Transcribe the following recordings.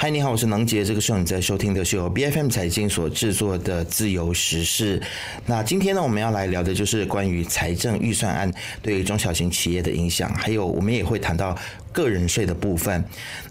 嗨，你好，我是能杰。这个时候你在收听的是由 BFM 财经所制作的自由时事。那今天呢，我们要来聊的就是关于财政预算案对中小型企业的影响，还有我们也会谈到个人税的部分。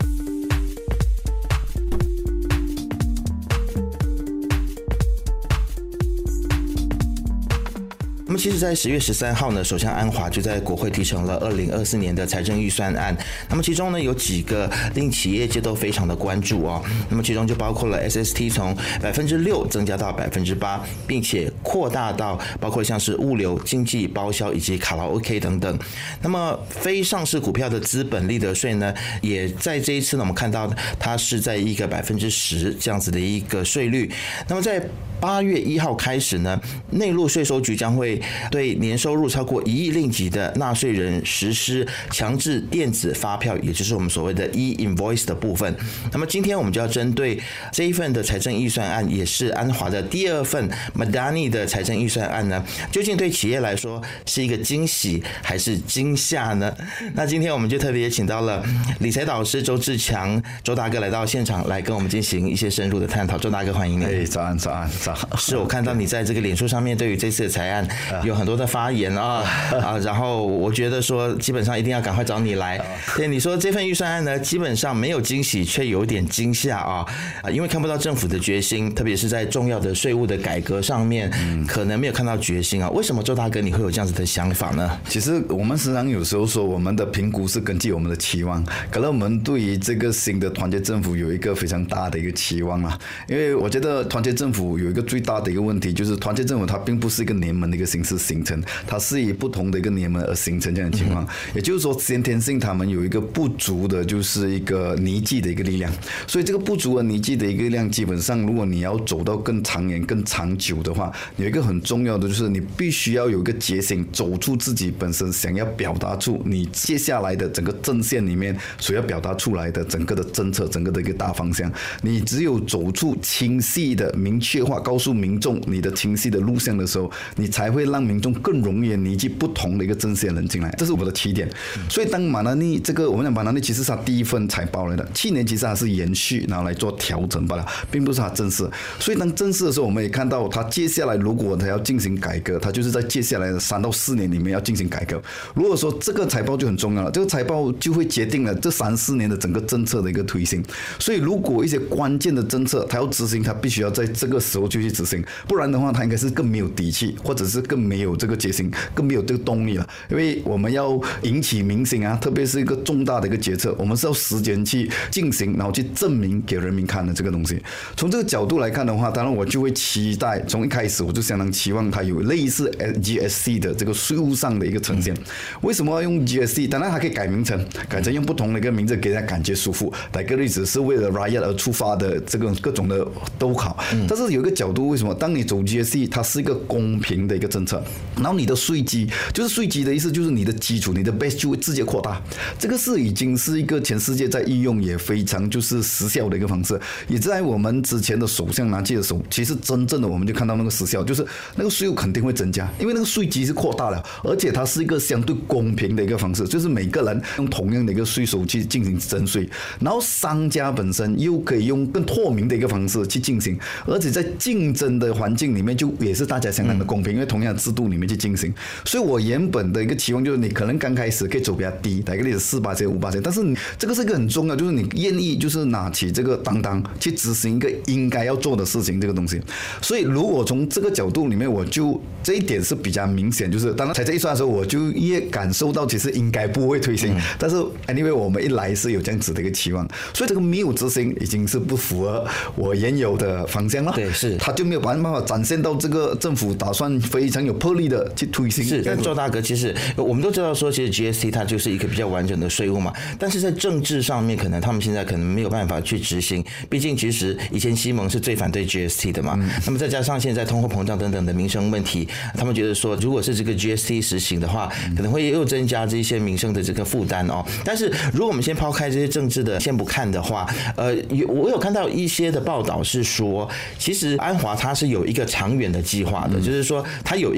那么其实在10月13号呢，首相安华就在国会提成了2024年的财政预算案。那么其中呢有几个令企业界都非常的关注哦。那么其中就包括了 SST 从6%增加到8%，并且扩大到包括像是物流、经济、包销以及卡拉 OK 等等。那么非上市股票的资本利得税呢，也在这一次呢，我们看到它是在一个10%这样子的一个税率。那么在8月1号开始呢，内陆税收局将会对年收入超过1亿令吉的纳税人实施强制电子发票，也就是我们所谓的 e-invoice 的部分。那么今天我们就要针对这一份的财政预算案，也是安华的第二份 Madani 的财政预算案呢，究竟对企业来说是一个惊喜还是惊吓呢？那今天我们就特别请到了理财导师周志强周大哥来到现场，来跟我们进行一些深入的探讨。周大哥，欢迎你。 早安。 是我看到你在这个脸书上面对于这次的财案有很多的发言然后我觉得说基本上一定要赶快找你来。对，你说这份预算案呢，基本上没有惊喜，却有点惊吓因为看不到政府的决心，特别是在重要的税务的改革上面，可能没有看到决心为什么周大哥你会有这样子的想法呢？ 其实我们时常有时候说，我们的评估是根据我们的期望，可能我们对于这个新的团结政府有一个非常大的一个期望啦。因为我觉得团结政府有一个最大的一个问题，就是团结政府它并不是一个联盟的一个形式形成，它是以不同的一个联盟而形成这样的情况。也就是说，先天性他们有一个不足的，就是一个拟计的一个力量。所以这个不足的拟计的一个力量，基本上如果你要走到更长远、更长久的话，有一个很重要的就是你必须要有一个决心，走出自己本身想要表达出你接下来的整个政线里面所要表达出来的整个的政策、整个的一个大方向。你只有走出清晰的、明确化，告诉民众你的清晰的路线的时候，你才会让民众更容易拟计不同的一个政线人进来。这是我的起点。所以当马纳尼这个，我们讲马纳尼其实是他第一份财报来的，去年其实还是延续，然后来做调整罢了，并不是他正式。所以当正式的时候，我们也看到他接下来如果他要进行改革，他就是在接下来的3到4年里面要进行改革。如果说这个财报就很重要了，这个财报就会决定了这3、4年的整个政策的一个推行。所以如果一些关键的政策他要执行，他必须要在这个时候就去执行，不然的话他应该是更没有底气，或者是更没有这个决心，更没有这个动力了。因为我们要引起民心特别是一个重大的一个决策，我们是要时间去进行，然后去证明给人民看的这个东西。从这个角度来看的话，当然我就会期待，从一开始我就相当期望它有类似 GST 的这个税务上的一个呈现。为什么要用 GST？ 当然它可以改名称，改成用不同的一个名字，给人家感觉舒服。举个例子，是为了 Rakyat 而出发的这个各种的都好。但是有一个角度，为什么？当你走 GST， 它是一个公平的一个政策，然后你的税基，就是税基的意思，就是你的基础，你的 base 就会直接扩大。这个是已经是一个全世界在应用也非常就是时效的一个方式，也在我们之前的首相拿去的时候，其实真正的我们就看到那个时效，就是那个税务肯定会增加，因为那个税基是扩大了，而且它是一个相对公平的一个方式，就是每个人用同样的一个税收去进行征税，然后商家本身又可以用更透明的一个方式去进行，而且在竞争的环境里面就也是大家相当的公平，因为同样的制度里面去进行。所以我原本的一个期望就是你可能刚开始可以走比较低，举个例子4%、5%，但是这个是一个很重要，就是你愿意就是拿起这个担去执行一个应该要做的事情这个东西。所以如果从这个角度里面，我就这一点是比较明显，就是当然财政预算的时候，我就越感受到其实应该不会推行，但是 anyway 我们一来是有这样子的一个期望，所以这个没有执行已经是不符合我原有的方向了。 对，是他就没有办法展现到这个政府打算非常有魄力的去推行。 是，但周大哥，其实我们都知道说，其实 GST 它就是一个比较完整的税务嘛，但是在政治上面，可能他们现在可能没有办法去执行，毕竟其实以前西蒙是最反对 GST 的嘛，那么再加上现在通货膨胀等等的民生问题，他们觉得说，如果是这个 GST 实行的话，可能会又增加这些民生的这个负担但是如果我们先抛开这些政治的先不看的话，我有看到一些的报道是说，其实安华它是有一个长远的计划的，就是说它有一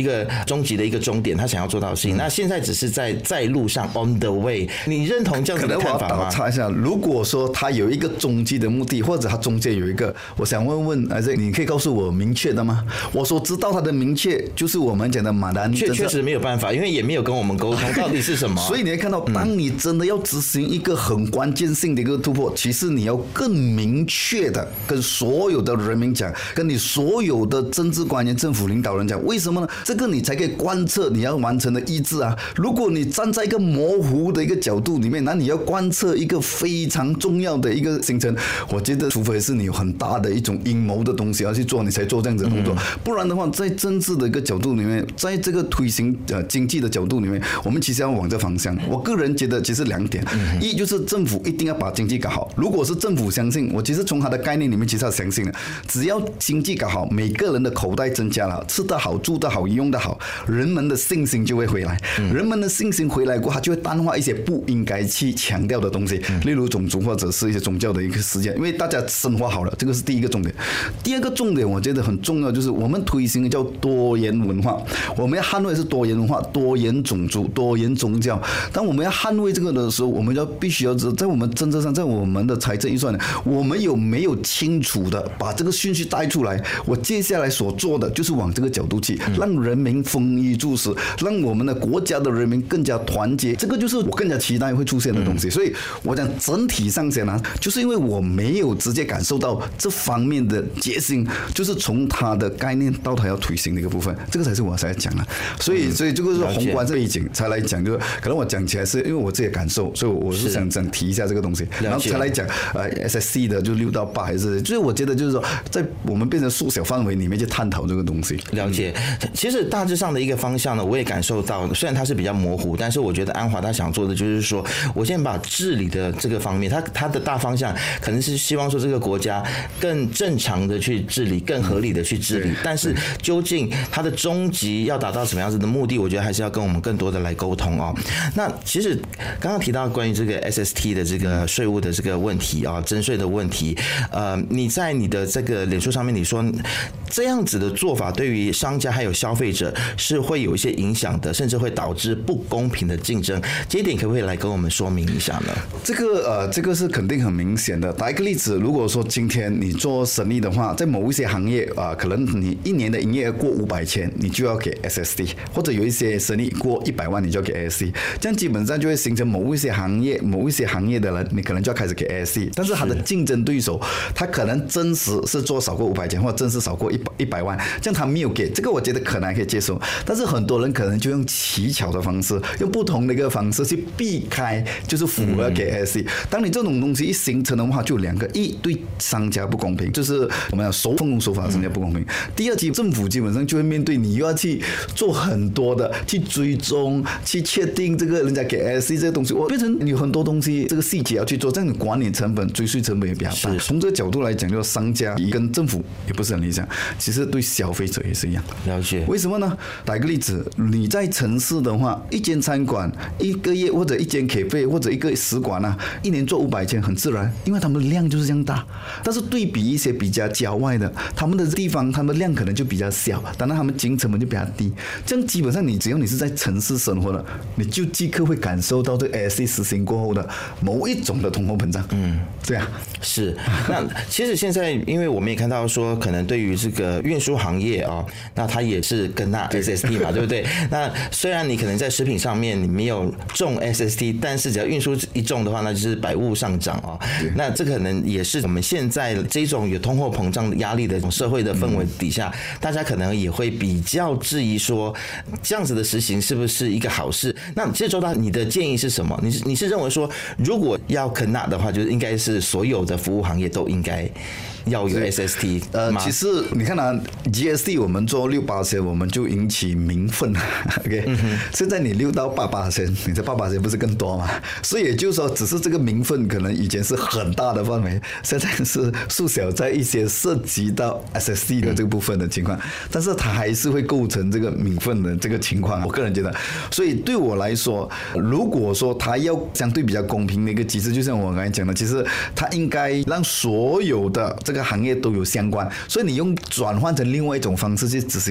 一个终极的一个终点，他想要做到的事情。那现在只是在路上 on the way， 你认同这样子的看法吗？ 可能我要打岔一下，如果说他有一个终极的目的，或者他中间有一个，我想问你可以告诉我明确的吗？我所知道他的明确就是我们讲的马达尼政策， 确实没有办法，因为也没有跟我们沟通到底是什么。 所以你会看到，当你真的要执行一个很关键性的一个突破，其实你要更明确的跟所有的人民讲，跟你所有的政治官员、政府领导人讲，为什么呢？这个你才可以贯彻你要完成的意志啊！如果你站在一个模糊的一个角度里面，那你要贯彻一个非常重要的一个行程，我觉得除非是你有很大的一种阴谋的东西要去做，你才做这样子的动作，不然的话，在政治的一个角度里面，在这个推行经济的角度里面，我们其实要往这方向。我个人觉得其实2点，一就是政府一定要把经济搞好。如果是政府相信，我其实从他的概念里面其实要相信的，只要经济搞好，每个人的口袋增加了，吃得好、住得好、用得好，人们的信心就会回来。人们的信心回来过后，他就会淡化一些不应该去强调的东西，例如种族或者是一些宗教的一个事件，因为大家生活好了，这个是第一个重点。第二个重点，我觉得很重要，就是我们推行的叫多元文化，我们要捍卫是多元文化、多元种族、多元宗教。当我们要捍卫这个的时候，我们必须要知道，在我们政策上，在我们的财政预算，我们有没有清楚的把这个讯息带出来？我接下来所做的就是往这个角度去，让人民丰衣足食，让我们的国家的人民更加团结。这个就是我更加期待会出现的东西。所以我讲整体上讲呢，就是因为我没有直接感受到这方面的决心，就是从他的概念到他要推行的一个部分，这个才是我才讲的。所以这个是宏观背景才来讲，就是可能我讲起来是因为我自己的感受，所以我是想提一下这个东西，然后才来讲SSC 的就6到8还是，所以我觉得就是说，在我们变成缩小范围里面去探讨这个东西。 了解，其实大致上的一个方向呢，我也感受到，虽然它是比较模糊，但是我觉得安华他想做的就是说，我先把治理的这个方面，他的大方向可能是希望说这个国家更正常的去治理，更合理的去治理，但是究竟它的终极要达到什么样子的目的，我觉得还是要跟我们更多的来沟通哦。那其实刚刚提到关于这个 SST 的这个税务的这个问题啊，征税的问题，你在你的这个脸书上面你说这样子的做法对于商家还有消费者是会有一些影响的，甚至会导致不公平的竞争，这一点可不可以来跟我们说明一下呢？ 这个是肯定很明显的。打一个例子，如果说今天你做生意的话，在某一些行业可能你1年的营业额过500千，你就要给 SST， 或者有一些生意过100万，你就要给 ASC， 这样基本上就会形成某一些行业的人，你可能就要开始给 ASC， 但是他的竞争对手，他可能真实是做少过500千，或者真实少过100万，这样他没有给，这个我觉得可能还可以接受。但是很多人可能就用奇巧的方式，用不同的一个方式去避开，就是符合给 ASC。当你这种东西一形成的话，就有2个：一对商家不公平，就是我们要奉公守法的商家不公平；第二，政府基本上就会面对你又要去做很多的去追踪、去确定这个人家给 ASC 这些东西，我变成有很多东西这个细节要去做，这样你管理成本、追税成本也比较大。从这个角度来讲，就是商家跟政府也不是很理想，其实对消费者也是一样。 了解。 为什么呢？打一个例子，你在城市的话，一间餐馆1个月或者一间cafe或者一个食馆1年做500千，很自然，因为他们的量就是这样大。但是对比一些比较郊外的，他们的地方，他们的量可能就比较小，当然他们经营成本就比较低。这样基本上只要你是在城市生活的，你就即刻会感受到这个 ASC 实行过后的某一种的通货膨胀。这样是。那其实现在，因为我们也看到说，可能对于这个运输行业那它也是跟那 SST 嘛，对不对？那虽然你可能在食品上面你没有中 SST， 但是只要运输一中的话，那就是百物上涨那这可能也是我们现在这种有通货膨胀压力的社会的氛围底下，大家可能也会比较质疑说，这样子的实行是不是一个好事？那其实周大，你的建议是什么？你是认为说，如果要肯纳的话，就是应该是所有的服务行业都应该要有 SST 其实你看GST 我们做6%，我们就引起民愤OK，现在你6到8%，你这8%不是更多吗？所以也就是说，只是这个民愤可能以前是很大的范围，现在是缩小在一些涉及到 SST 的这个部分的情况，但是它还是会构成这个民愤的这个情况。我个人觉得，所以对我来说，如果说它要相对比较公平的一个机制，就像我刚才讲的，其实它应该让所有的这个行业都有相关，所以你用转换成另外一种方式去执行 GST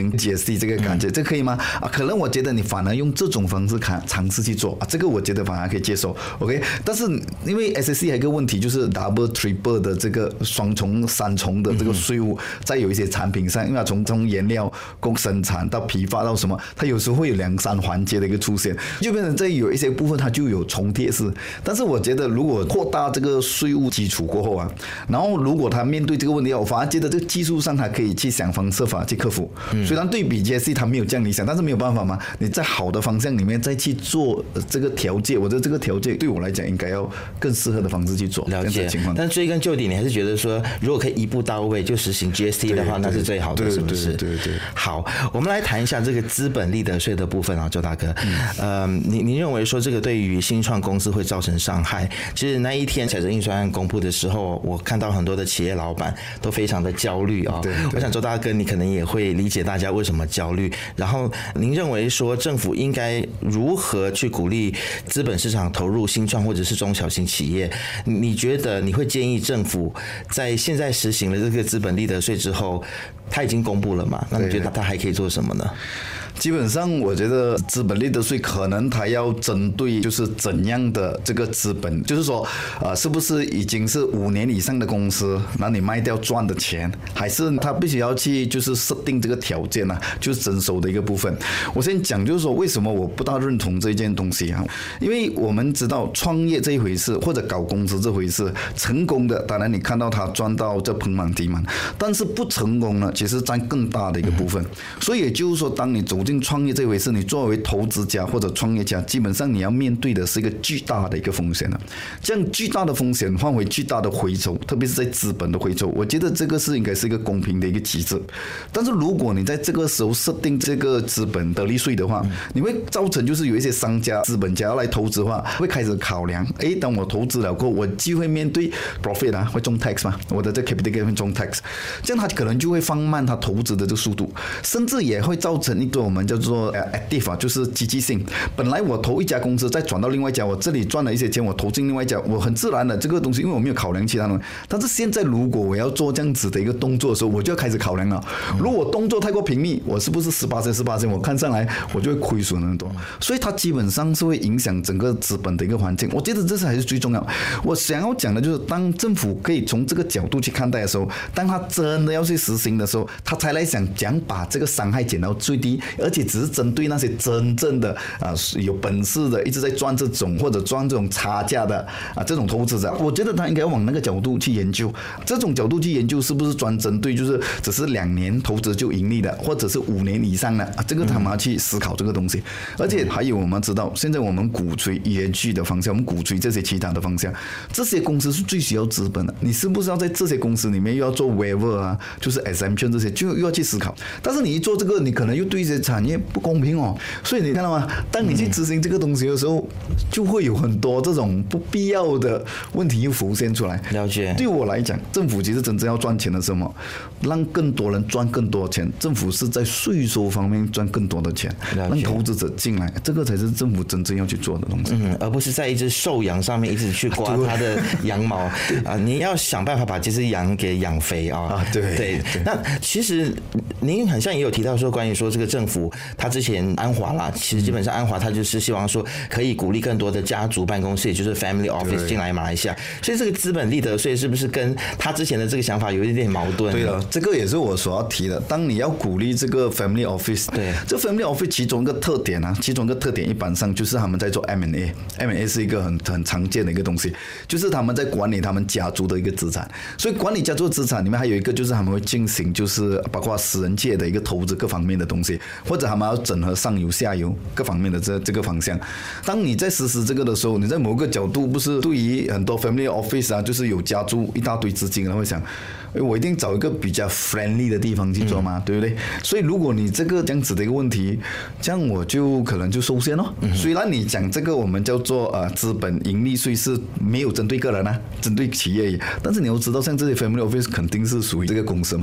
SST 这个感觉，这可以吗？可能我觉得你反而用这种方式尝试去做这个我觉得反而可以接受 ，OK。但是因为 SST 还有一个问题就是 double、triple 的这个双重、三重的这个税务，在有一些产品上，因为它从原料、生产到批发到什么，它有时候会有2、3环节的一个出现，就变成这有一些部分它就有重叠式。但是我觉得如果扩大这个税务基础过后然后如果他面对这个问题，我反而觉得这个技术上他可以去想方设法去克服。虽然对比 JSC 他没有这样理想，但是没有办法嘛，你在好的方向里面再去做这个调节，我觉得这个调节对我来讲应该要更适合的方式去做。 了解。但追根究底，你还是觉得说，如果可以一步到位就实行 GST 的话，那是最好的，是不是？ 对。 好，我们来谈一下这个资本利得税的部分周大哥。你认为说这个对于新创公司会造成伤害？其实那一天财政预算案公布的时候，我看到很多的企业老板都非常的焦虑我想周大哥你可能也会理解大家为什么焦虑。然后您认为说政府应该如何去鼓励资本市场投入新创或者是中小型企业？你觉得你会建议政府在现在实行了这个资本利得税之后，它已经公布了嘛？那你觉得它还可以做什么呢？ 基本上我觉得资本利得税可能它要针对就是怎样的这个资本，就是说是不是已经是5年以上的公司，那你卖掉赚的钱，还是它必须要去就是设定这个条件就是征收的一个部分。我先讲就是说为什么我不大认同这件东西因为我们知道创业这一回事或者搞公司这回事，成功的当然你看到他赚到这盆满地满，但是不成功呢其实占更大的一个部分。所以也就是说当你走进创业这回事，你作为投资家或者创业家，基本上你要面对的是一个巨大的一个风险这样巨大的风险换回巨大的回酬，特别是在资本的回酬，我觉得这个是应该是一个公平的一个机制。但是如果你在这个时候设定这个资本得利税的话，你会造成就是有一些商家、资本家要来投资的话，会开始考量，当我投资了过后，我既会面对 profit 会中 tax 嘛，我的这 capital gain 会中 tax， 这样他可能就会放慢他投资的这个速度，甚至也会造成一个我们叫做 active 就是积极性。本来我投一家公司，再转到另外一家，我这里赚了一些钱，我投进另外一家，我很自然的这个东西，因为我没有考量其他东西。但是现在如果我要做这样子的一个动作的时候，我就要开始考量了。如果动作太过频密，我是不是18%，我看上来我就会亏损很多。所以它基本上是会影响整个资本的一个环境。我觉得这才是最重要。我想要讲的就是，当政府可以从这个角度去看待的时候，当他真的要去实行的时候，他才来想讲把这个伤害减到最低，而且只是针对那些真正的有本事的，一直在赚这种或者赚这种差价的这种投资者，我觉得他应该往那个角度去研究。这种角度去研究是不是专针对就是只是2年投资就盈利的，或者是5年以上的这个他们要去思考这个东西。而且还有我们知道，现在我们鼓吹 ESG 的方向，我们鼓吹这些其他的方向，这些公司是最需要资本的。你是不是要在这些公司里面又要做 waiver 就是 exemption 这些，就又要去思考。但是你一做这个，你可能又对一些产业不公平所以你看到吗？当你去执行这个东西的时候，就会有很多这种不必要的问题又浮现出来。 了解。 对我来讲，政府其实真正要赚钱的是什么？让更多人赚更多钱。政府是在税收方面赚更多的钱，让投资者进来，这个才是政府真正要去做的东西。 而不是在一只瘦羊上面一直去刮它的羊毛你要想办法把这只羊给养肥对。那其实您很像也有提到说，关于说这个政府他之前安华啦，其实基本上安华他就是希望说可以鼓励更多的家族办公室，也就是 family office 进来马来西亚。所以这个资本利得税是不是跟他之前的这个想法有一点矛盾？ 对了，这个也是我所要提的。当你要鼓励这个 family office， 对， 这 family office 其中一个特点一般上就是他们在做 M&A 是一个很常见的一个东西，就是他们在管理他们家族的一个资产。所以管理家族的资产里面还有一个就是他们会进行就是包括私人界的一个投资各方面的东西，或者他们要整合上游下游各方面的这个方向。当你在实施这个的时候，你在某个角度不是对于很多 family office 就是有家族一大堆资金，然后会想我一定找一个比较 friendly 的地方去做嘛，对不对？所以如果你这个这样子的一个问题，这样我就可能就受限咯。虽然你讲这个我们叫做资本盈利税是没有针对个人针对企业，但是你要知道像这些 family office 肯定是属于这个公司嘛，它不属于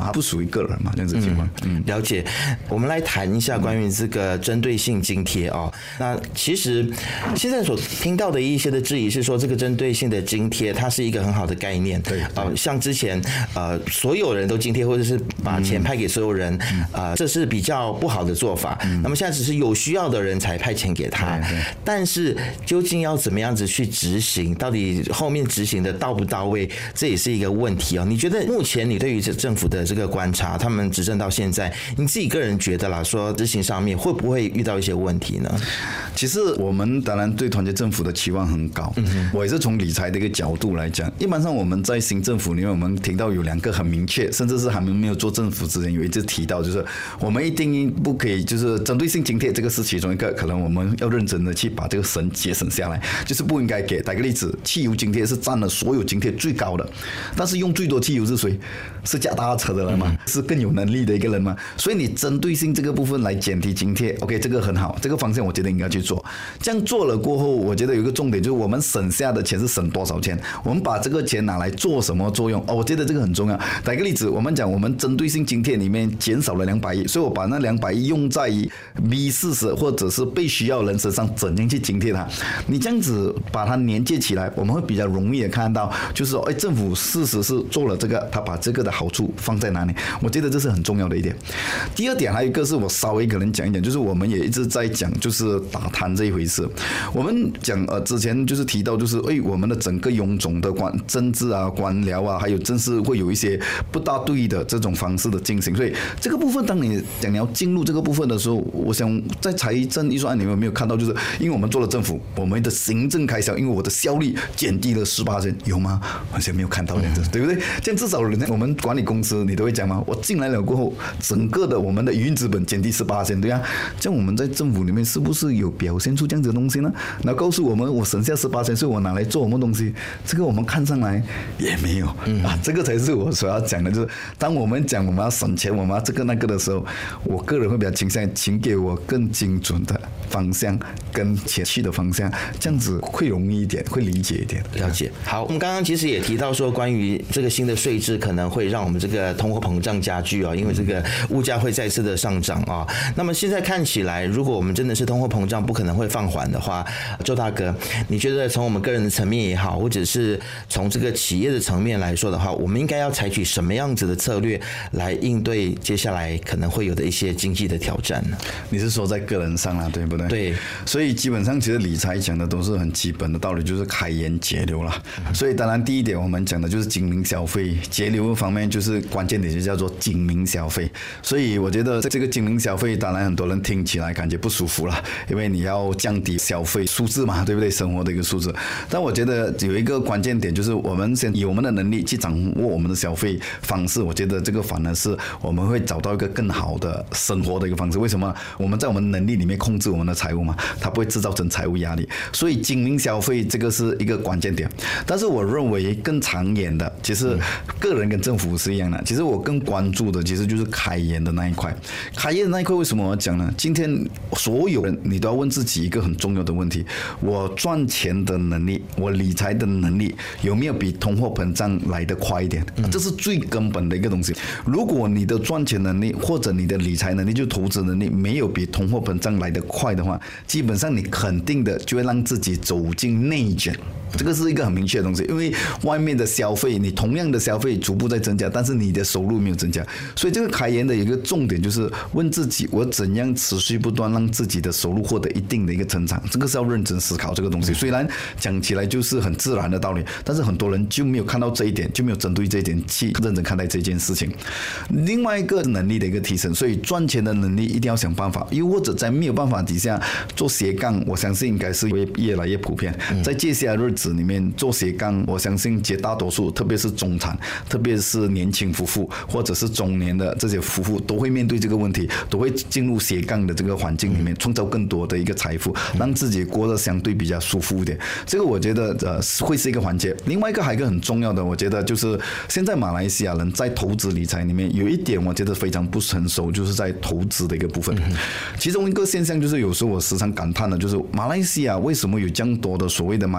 个人嘛，这样子情况。 了解。我们来谈一下关于这个针对性津贴哦。那其实现在所听到的一些的质疑是说，这个针对性的津贴它是一个很好的概念。 对。 像之前所有人都津贴，或者是把钱派给所有人，这是比较不好的做法。那么现在只是有需要的人才派钱给他，但是究竟要怎么样子去执行，到底后面执行的到不到位，这也是一个问题哦。你觉得目前你对于政府的这个观察，他们执政到现在，你自己个人觉得啦，说执行上面会不会遇到一些问题呢？ 其实我们当然对团结政府的期望很高，我也是从理财的一个角度来讲，一般上我们在新政府里面，我们听到有2个很明确，甚至是还没有做政府之前有一直提到，就是我们一定不可以就是针对性津贴，这个是其中一个，可能我们要认真的去把这个节省下来，就是不应该给。打个例子，汽油津贴是占了所有津贴最高的，但是用最多汽油是谁？是驾大车的人嘛，是更有能力的一个人嘛，所以你针对性这个部分来减低津贴 ，OK， 这个很好，这个方向我觉得应该去做。这样做了过后，我觉得有一个重点就是我们省下的钱是省多少钱，我们把这个钱拿来做什么作用？我觉得这个很重要。打个例子，我们讲我们针对性津贴里面减少了200亿，所以我把那200亿用在于 B40或者是被需要人身上，怎样去津贴它？你这样子把它连接起来，我们会比较容易的看到，就是说，政府事实是做了这个，他把这个的好处放在哪里？我觉得这是很重要的一点。第二点还有一个是我稍微可能讲一点，就是我们也一直在讲，就是打贪这一回事。我们讲之前就是提到，就是我们的整个臃肿的政治啊、官僚啊，还有正是会有一些不大对的这种方式的进行。所以这个部分，当你讲你要进入这个部分的时候，我想在财政预算案你们有没有看到，就是因为我们做了政府，我们的行政开销，因为我的效率减低了18%，有吗？好像没有看到这样子，对不对？这样至少我们管理公司，你都会讲吗？我进来了过后，整个的我们的营运资本减低18%，对啊？这样我们在政府里面是不是有表现出这样子的东西呢？然后告诉我们，我省下18%，所以我拿来做什么东西？这个我们看上来也没有这个才是我所要讲的，就是当我们讲我们要省钱，我们要这个那个的时候，我个人会比较倾向，请给我更精准的方向跟前去的方向，这样子会容易一点，会理解一点。 了解。好，我们刚刚其实也提到说，关于这个新的税制可能会让我们这个通货膨胀加剧因为这个物价会再次的上涨那么现在看起来，如果我们真的是通货膨胀不可能会放缓的话，周大哥，你觉得从我们个人的层面也好，或者是从这个企业的层面来说的话，我们应该要采取什么样子的策略来应对接下来可能会有的一些经济的挑战呢？ 你是说在个人上啦，对不对？ 对。 所以基本上其实理财讲的都是很基本的道理，就是开源节流啦。所以当然第一点我们讲的就是精明消费，节流方面就是关键点就叫做精明消费。所以我觉得这个精明消费，当然很多人听起来感觉不舒服了，因为你要降低消费数字嘛，对不对？生活的一个数字。但我觉得有一个关键点，就是我们先以我们的能力去掌握我们的消费方式，我觉得这个反而是我们会找到一个更好的生活的一个方式。为什么？我们在我们能力里面控制我们的财务嘛，它不会制造成财务压力。所以精明消费这个是一个关键点。但是我认为更长远的，其实个人跟政府是一样的。其实我更关注的其实就是开源的那一块。开源的那一块为什么我要讲呢？今天所有人你都要问自己一个很重要的问题：我赚钱的能力，我理财的能力有没有比通货膨胀来得快一点？这是最根本的一个东西。如果你的赚钱能力或者你的理财能力，就投资能力没有比通货膨胀来得快的话，基本上你肯定的就会让自己走进内卷。这个是一个很明确的东西，因为外面的消费，你同样的消费逐步在增加，但是你的收入没有增加，所以这个开源的一个重点就是问自己，我怎样持续不断让自己的收入获得一定的一个成长，这个是要认真思考这个东西。虽然讲起来就是很自然的道理，但是很多人就没有看到这一点，就没有针对这一点去认真看待这件事情。另外一个能力的一个提升，所以赚钱的能力一定要想办法，又或者在没有办法底下做斜杠，我相信应该是会越来越普遍。在接下来日子里面做斜杠，我相信绝大多数，特别是中产，特别是年轻夫妇或者是中年的这些夫妇，都会面对这个问题，都会进入斜杠的这个环境里面，创造更多的一个财富，让自己过得相对比较舒服一点。这个我觉得会是一个环节。另外一个还有一个很重要的，我觉得就是现在马来西亚人在投资理财里面有一点我觉得非常不成熟，就是在投资的一个部分。其中一个现象就是有时候我时常感叹的，就是马来西亚为什么有这样多的所谓的 money game 或者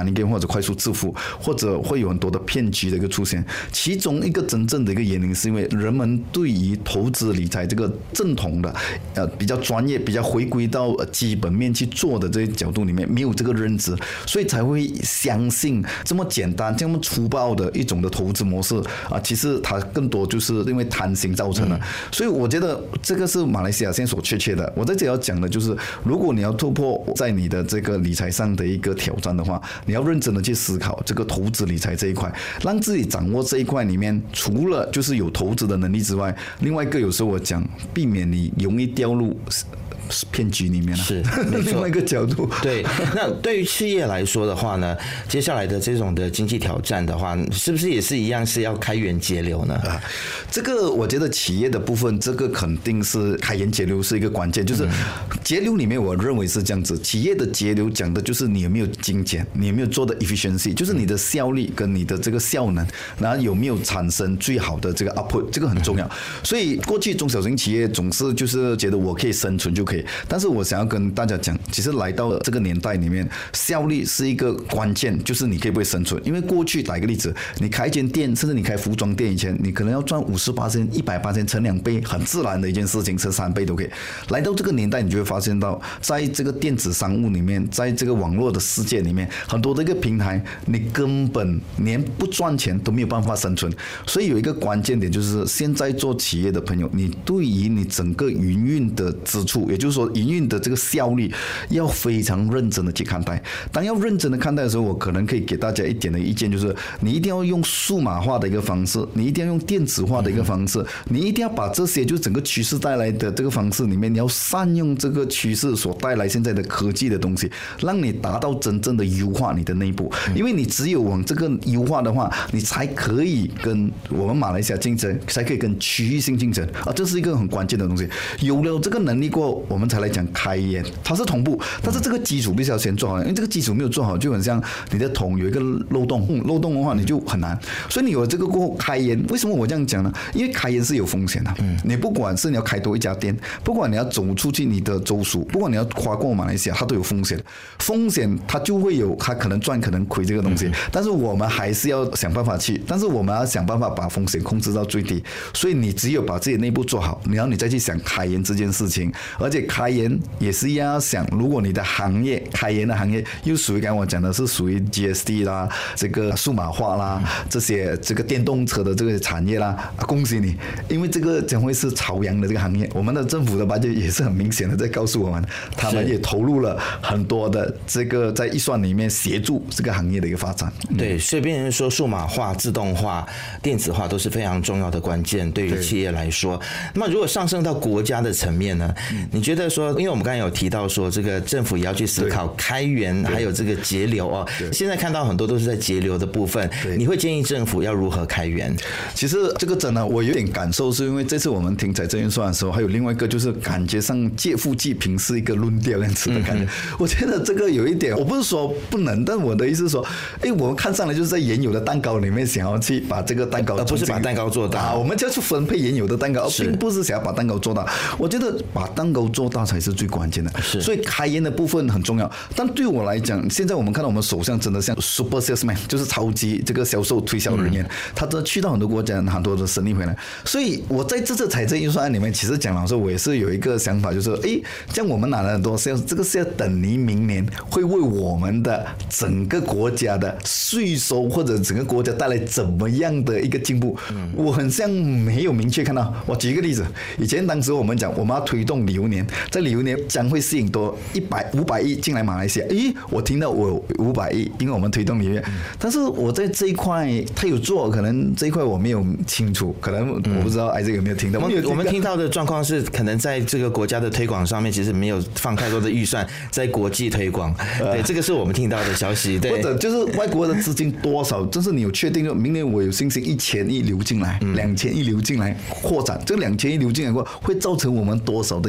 快速致富，或者会有很多的骗局的一个出现。其中一个真正的一个原因是因为人们对于投资理财这个正统的比较专业、比较回归到基本面去做的这些角度里面没有这个认知，所以才会相信这么简单、这么粗暴的一种的投资模式啊。其实它更多就是因为贪心造成的。所以我觉得这个是马来西亚现在所缺的。我在这里要讲的就是，如果你要突破在你的这个理财上的一个挑战的话，你要认真的去思考这个投资理财这一块，让自己掌握这一块里面，除了就是有投资的能力之外，另外一个有时候我讲，避免你容易掉入骗局里面了， 是另外一个角度。 对，那对于企业来说的话呢，接下来的这种的经济挑战的话，是不是也是一样是要开源节流呢？ 这个我觉得企业的部分，这个肯定是开源节流是一个关键。就是节流里面，我认为是这样子，企业的节流讲的就是你有没有精简，你有没有做的 efficiency， 就是你的效率跟你的这个效能，然后有没有产生最好的这个 output， 这个很重要。所以过去中小型企业总是就是觉得我可以生存就可以。但是我想要跟大家讲，其实来到这个年代里面，效率是一个关键，就是你可以不可以生存。因为过去打一个例子，你开一间店，甚至你开服装店以前，你可能要赚50%、100%，乘2倍，很自然的一件事情，乘3倍都可以。来到这个年代，你就会发现到，在这个电子商务里面，在这个网络的世界里面，很多的一个平台，你根本连不赚钱都没有办法生存。所以有一个关键点就是，现在做企业的朋友，你对于你整个营运的支出，也就是说营运的这个效率要非常认真的去看待。当要认真的看待的时候，我可能可以给大家一点的意见，就是你一定要用数码化的一个方式，你一定要用电子化的一个方式，你一定要把这些就是整个趋势带来的这个方式里面，你要善用这个趋势所带来现在的科技的东西，让你达到真正的优化你的内部。因为你只有往这个优化的话，你才可以跟我们马来西亚竞争，才可以跟区域性竞争啊，这是一个很关键的东西。有了这个能力过后，我们才来讲开源，它是同步，但是这个基础必须要先做好，因为这个基础没有做好，就很像你的桶有一个漏洞，漏洞的话你就很难。所以你有这个过后开源，为什么我这样讲呢？因为开源是有风险的，你不管是你要开多一家店，不管你要走出去你的州属，不管你要跨过马来西亚，它都有风险。风险它就会有，它可能赚可能亏这个东西，但是我们还是要想办法去，但是我们要想办法把风险控制到最低。所以你只有把自己内部做好，然后你再去想开源这件事情，而且开源也是要想，如果你的行业开源的行业又属于刚才我讲的是属于 GST 啦，这个数码化啦，这些这个电动车的这个产业啦，恭喜你，因为这个将会是朝阳的这个行业。我们的政府的budget也是很明显的在告诉我们，他们也投入了很多的这个在预算里面协助这个行业的一个发展。 对，所以变成说数码化、自动化、电子化都是非常重要的关键，对于企业来说。那么如果上升到国家的层面呢？你觉得说，因为我们刚才有提到说，这个政府也要去思考开源，还有这个节流哦。现在看到很多都是在节流的部分，你会建议政府要如何开源？ 其实这个真的我有点感受，是因为这次我们听财政预算的时候，还有另外一个就是感觉上借富济贫是一个论调这样子的感觉。我觉得这个有一点，我不是说不能，但我的意思是说，我们看上来就是在原有的蛋糕里面想要去把这个蛋糕， 而不是把蛋糕做大。 我们就要去分配原有的蛋糕，并不是想要把蛋糕做大。我觉得把蛋糕做大才是最关键的。所以开源的部分很重要。但对我来讲，现在我们看到我们首相真的像 super salesman， 就是超级这个销售推销人员，他真的去到很多国家，很多的生意回来。所以我在这次财政预算案里面，其实讲老实，我也是有一个想法，就是这样我们拿了很多 sales， 这个是要等于明年会为我们的整个国家的税收或者整个国家带来怎么样的一个进步。我很像没有明确看到。我举一个例子，以前当时我们讲我们要推动旅游年，在旅游年将会吸引多500亿进来马来西亚。我听到我500亿，因为我们推动旅游，但是我在这一块他有做，可能这一块我没有清楚，可能我不知道Isaac有没有听到。 我们听到的状况是，可能在这个国家的推广上面，其实没有放太多的预算在国际推广。对，这个是我们听到的消息。对， 或者就是外国的资金多少，就是你有确定，明年我有信心1000亿流进来，2000亿流进来扩展，这个2000亿流进来过会造成我们多少的一个税收？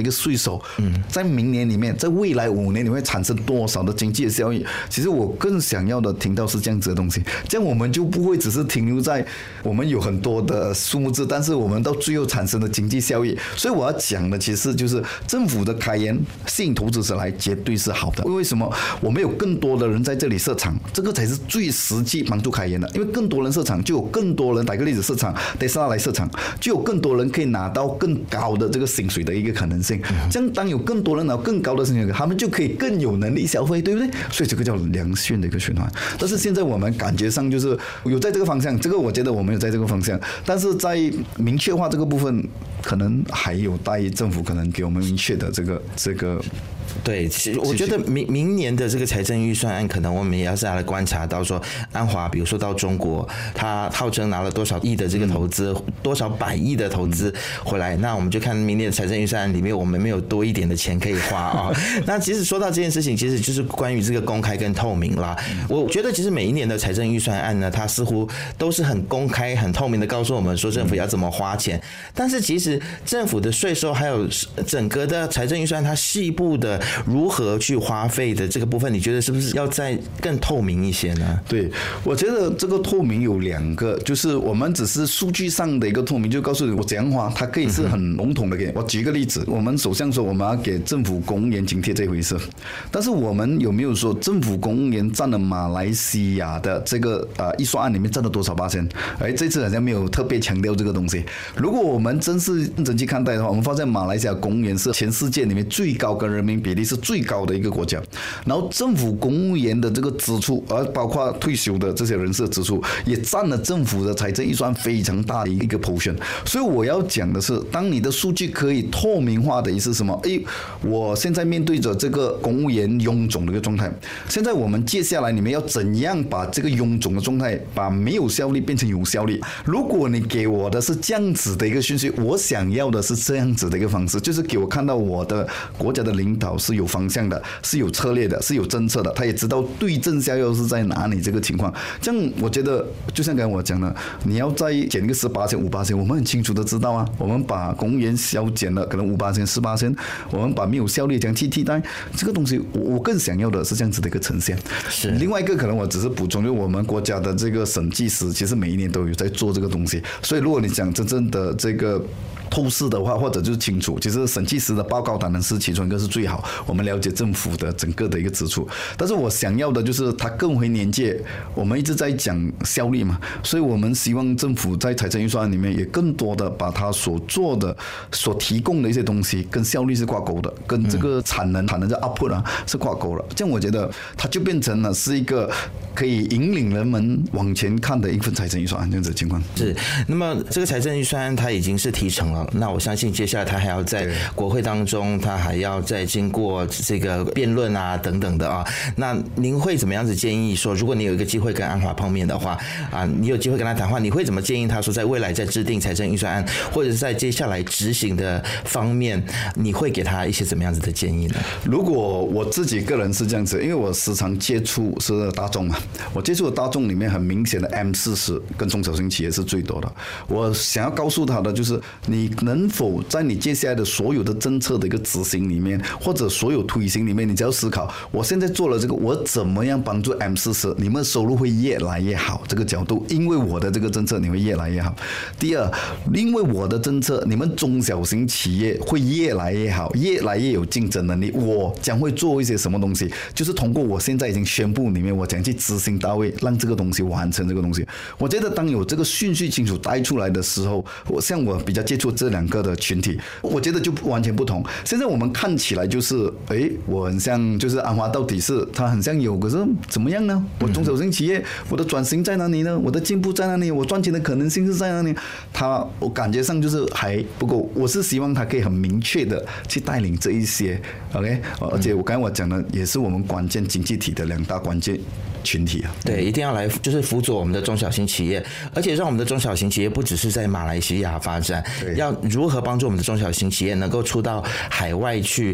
手，在明年里面，在未来5年里面产生多少的经济的效益？其实我更想要的听到是这样子的东西，这样我们就不会只是停留在我们有很多的数字，但是我们到最后产生的经济效益。所以我要讲的其实就是政府的开源吸引投资者来绝对是好的。为什么？我们有更多的人在这里设厂，这个才是最实际帮助开源的。因为更多人设厂，就有更多人，打个例子设厂 Tesla 来设厂，就有更多人可以拿到更高的这个薪水的一个可能性。这样当有更多人拿到更高的薪水，他们就可以更有能力消费，对不对？所以这个叫良性的一个循环。但是现在我们感觉上就是有在这个方向，这个我觉得我们有在这个方向，但是在明确化这个部分，可能还有待于政府可能给我们明确的这个。 对，其实我觉得明年的这个财政预算案，可能我们也要再来观察到说，安华比如说到中国，他号称拿了多少亿的这个投资，多少百亿的投资回来，那我们就看明年的财政预算案里面，我们没有多一点的钱可以花啊。那其实说到这件事情，其实就是关于这个公开跟透明啦。我觉得其实每一年的财政预算案呢，它似乎都是很公开、很透明的告诉我们说政府要怎么花钱，但是其实政府的税收还有整个的财政预算，它细部的如何去花费的这个部分，你觉得是不是要再更透明一些呢？ 对，我觉得这个透明有2个，就是我们只是数据上的一个透明，就告诉你我怎样花，它可以是很笼统的给你。我举一个例子，我们首相说我们要给政府公务员津贴这回事，但是我们有没有说政府公务员占了马来西亚的这个预算案里面占了多少%？这次好像没有特别强调这个东西。如果我们真是认真去看待的话，我们发现马来西亚公务员是全世界里面最高跟人民比例是最高的一个国家，然后政府公务员的这个支出，而包括退休的这些人士的支出，也占了政府的财政预算非常大的一个 portion。所以我要讲的是，当你的数据可以透明化的意思是什么？我现在面对着这个公务员臃肿的一个状态，现在我们接下来你们要怎样把这个臃肿的状态，把没有效率变成有效率？如果你给我的是这样子的一个讯息，我想要的是这样子的一个方式，就是给我看到我的国家的领导是有方向的，是有策略的，是有政策的，他也知道对症下药是在哪里这个情况。这样我觉得就像刚才我讲的，你要再减一个18%、5%，我们很清楚的知道啊，我们把公务员削减了可能5%、10%，我们把没有效率这样去替代，这个东西我更想要的是这样子的一个呈现。 是另外一个可能我只是补充，就我们国家的这个审计师其实每一年都有在做这个东西，所以如果你讲真正的这个透视的话，或者就是清楚，其实审计师的报告当然是其中一个是最好，我们了解政府的整个的一个支出。但是我想要的就是它更为年界，我们一直在讲效率嘛，所以我们希望政府在财政预算案里面也更多的把它所做的、所提供的一些东西跟效率是挂钩的，跟这个产能叫 output 是挂钩了。这样我觉得它就变成了是一个可以引领人们往前看的一份财政预算案这样子的情况。 是，那么这个财政预算案它已经是提成了。那我相信接下来他还要在国会当中，他还要再经过这个辩论啊等等的啊。那您会怎么样子建议说，如果你有一个机会跟安华碰面的话啊，你有机会跟他谈话，你会怎么建议他说，在未来在制定财政预算案，或者是在接下来执行的方面，你会给他一些怎么样子的建议呢？ 如果我自己个人是这样子，因为我时常接触是大众嘛，我接触的大众里面很明显的 M40跟中小型企业是最多的。我想要告诉他的就是，你能否在你接下来的所有的政策的一个执行里面，或者所有推行里面，你只要思考，我现在做了这个，我怎么样帮助 M40你们收入会越来越好这个角度，因为我的这个政策你会越来越好。第二，因为我的政策，你们中小型企业会越来越好，越来越有竞争能力。我将会做一些什么东西，就是通过我现在已经宣布里面，我将去执行到位，让这个东西完成这个东西。我觉得当有这个顺序清楚带出来的时候，像我比较接触这2个的群体，我觉得就完全不同。现在我们看起来就是，我很像就是安华到底是他很像有，可是怎么样呢？我中小型企业，我的转型在哪里呢？我的进步在哪里？我赚钱的可能性是在哪里？我感觉上就是还不够。我是希望他可以很明确的去带领这一些 ，OK， 而且我刚才我讲的也是我们关键经济体的2大关键群体啊。 对，一定要来就是辅佐我们的中小型企业，而且让我们的中小型企业不只是在马来西亚发展，要如何帮助我们的中小型企业能够出到海外去，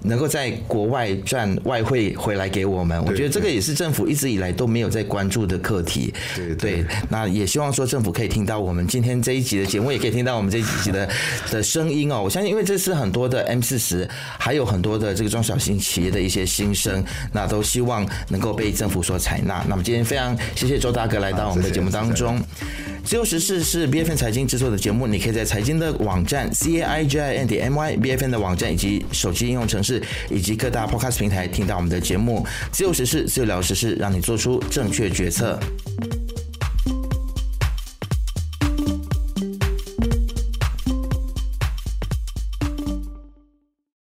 能够在国外赚外汇回来给我们。我觉得这个也是政府一直以来都没有在关注的课题。对，那也希望说政府可以听到我们今天这一集的节目，也可以听到我们这一集的声音哦。我相信，因为这是很多的 M40，还有很多的这个中小型企业的一些心声，那都希望能够被政府所采纳。那么今天非常谢谢周大哥来到我们的节目当中。自由时事是 BFN 财经制作的节目，你可以在财经的网站 CAIGIN.my BFN 的网站以及手机应用程式以及各大 Podcast 平台听到我们的节目。自由时事，自由聊时事，让你做出正确决策。